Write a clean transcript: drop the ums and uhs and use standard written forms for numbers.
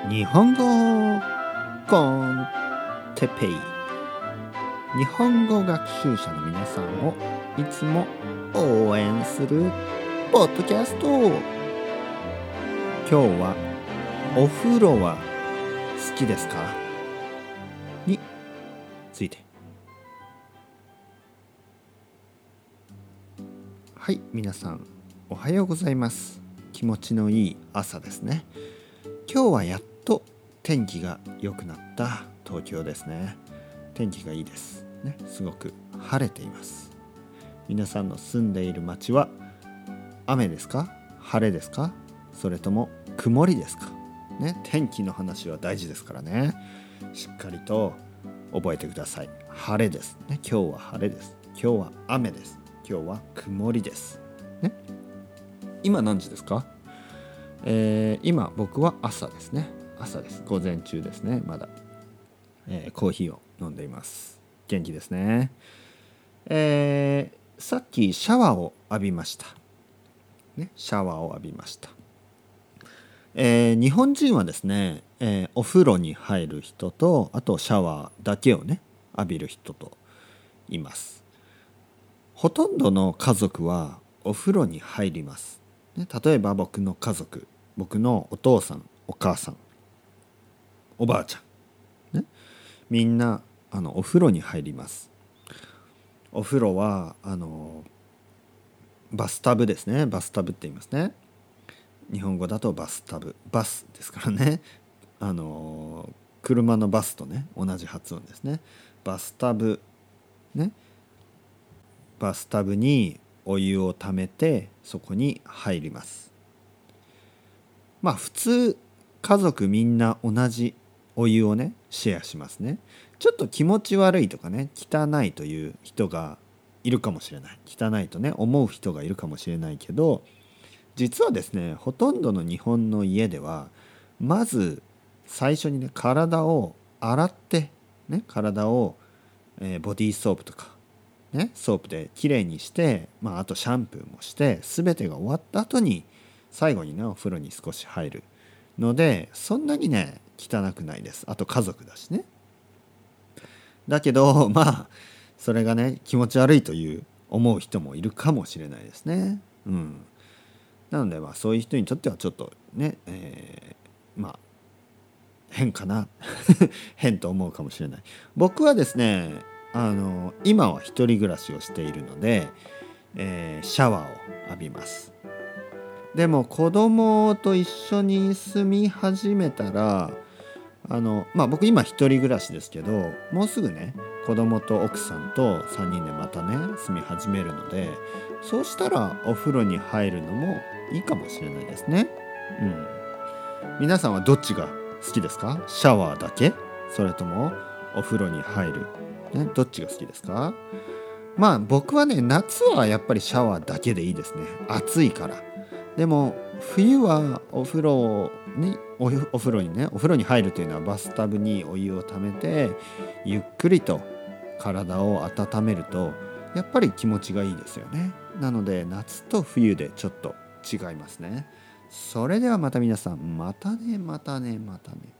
日本語コンテペイ、日本語学習者の皆さんをいつも応援するポッドキャスト。今日はお風呂は好きですかについて。はい、皆さんおはようございます。気持ちのいい朝ですね。今日はやっと天気が良くなった東京ですね。天気がいいですね。すごく晴れています。皆さんの住んでいる街は雨ですか？晴れですか？それとも曇りですか？ね、天気の話は大事ですからね。しっかりと覚えてください。晴れですね。今日は晴れです。今日は雨です。今日は曇りです。ね、今何時ですか？今僕は朝ですね。朝です。午前中ですね。まだ、コーヒーを飲んでいます。元気ですね。さっきシャワーを浴びました、ね、シャワーを浴びました。日本人はですね、お風呂に入る人と、あとシャワーだけをね浴びる人といます。ほとんどの家族はお風呂に入ります、ね、例えば僕の家族、僕のお父さん、お母さん、おばあちゃん、ね、みんなお風呂に入ります。お風呂はバスタブですね。バスタブって言いますね。日本語だとバスタブ、バスですからね。車のバスとね同じ発音ですね。バスタブね。バスタブにお湯をためてそこに入ります。まあ普通家族みんな同じお湯をねシェアしますね。ちょっと気持ち悪いとかね、汚いという人がいるかもしれない。汚いとね思う人がいるかもしれないけど、実はですね、ほとんどの日本の家ではまず最初にね体を洗ってね、体を、ボディーソープとかね、ソープできれいにして、あとシャンプーもして全てが終わった後に最後にねお風呂に少し入るので、そんなにね汚くないです。あと家族だしね。だけどそれがね気持ち悪いという思う人もいるかもしれないですね。なのでそういう人にとってはちょっとね、変かな変と思うかもしれない。僕はですね、今は一人暮らしをしているので、シャワーを浴びます。でも子供と一緒に住み始めたら僕今一人暮らしですけど、もうすぐね子供と奥さんと3人でまたね住み始めるので、そうしたらお風呂に入るのもいいかもしれないですね。皆さんはどっちが好きですか？シャワーだけ？それともお風呂に入る、ね、どっちが好きですか？僕はね夏はやっぱりシャワーだけでいいですね。暑いから。でも冬はお風呂にね、お風呂に入るというのはバスタブにお湯をためてゆっくりと体を温めるとやっぱり気持ちがいいですよね。なので夏と冬でちょっと違いますね。それではまた皆さん、またねまたねまたね。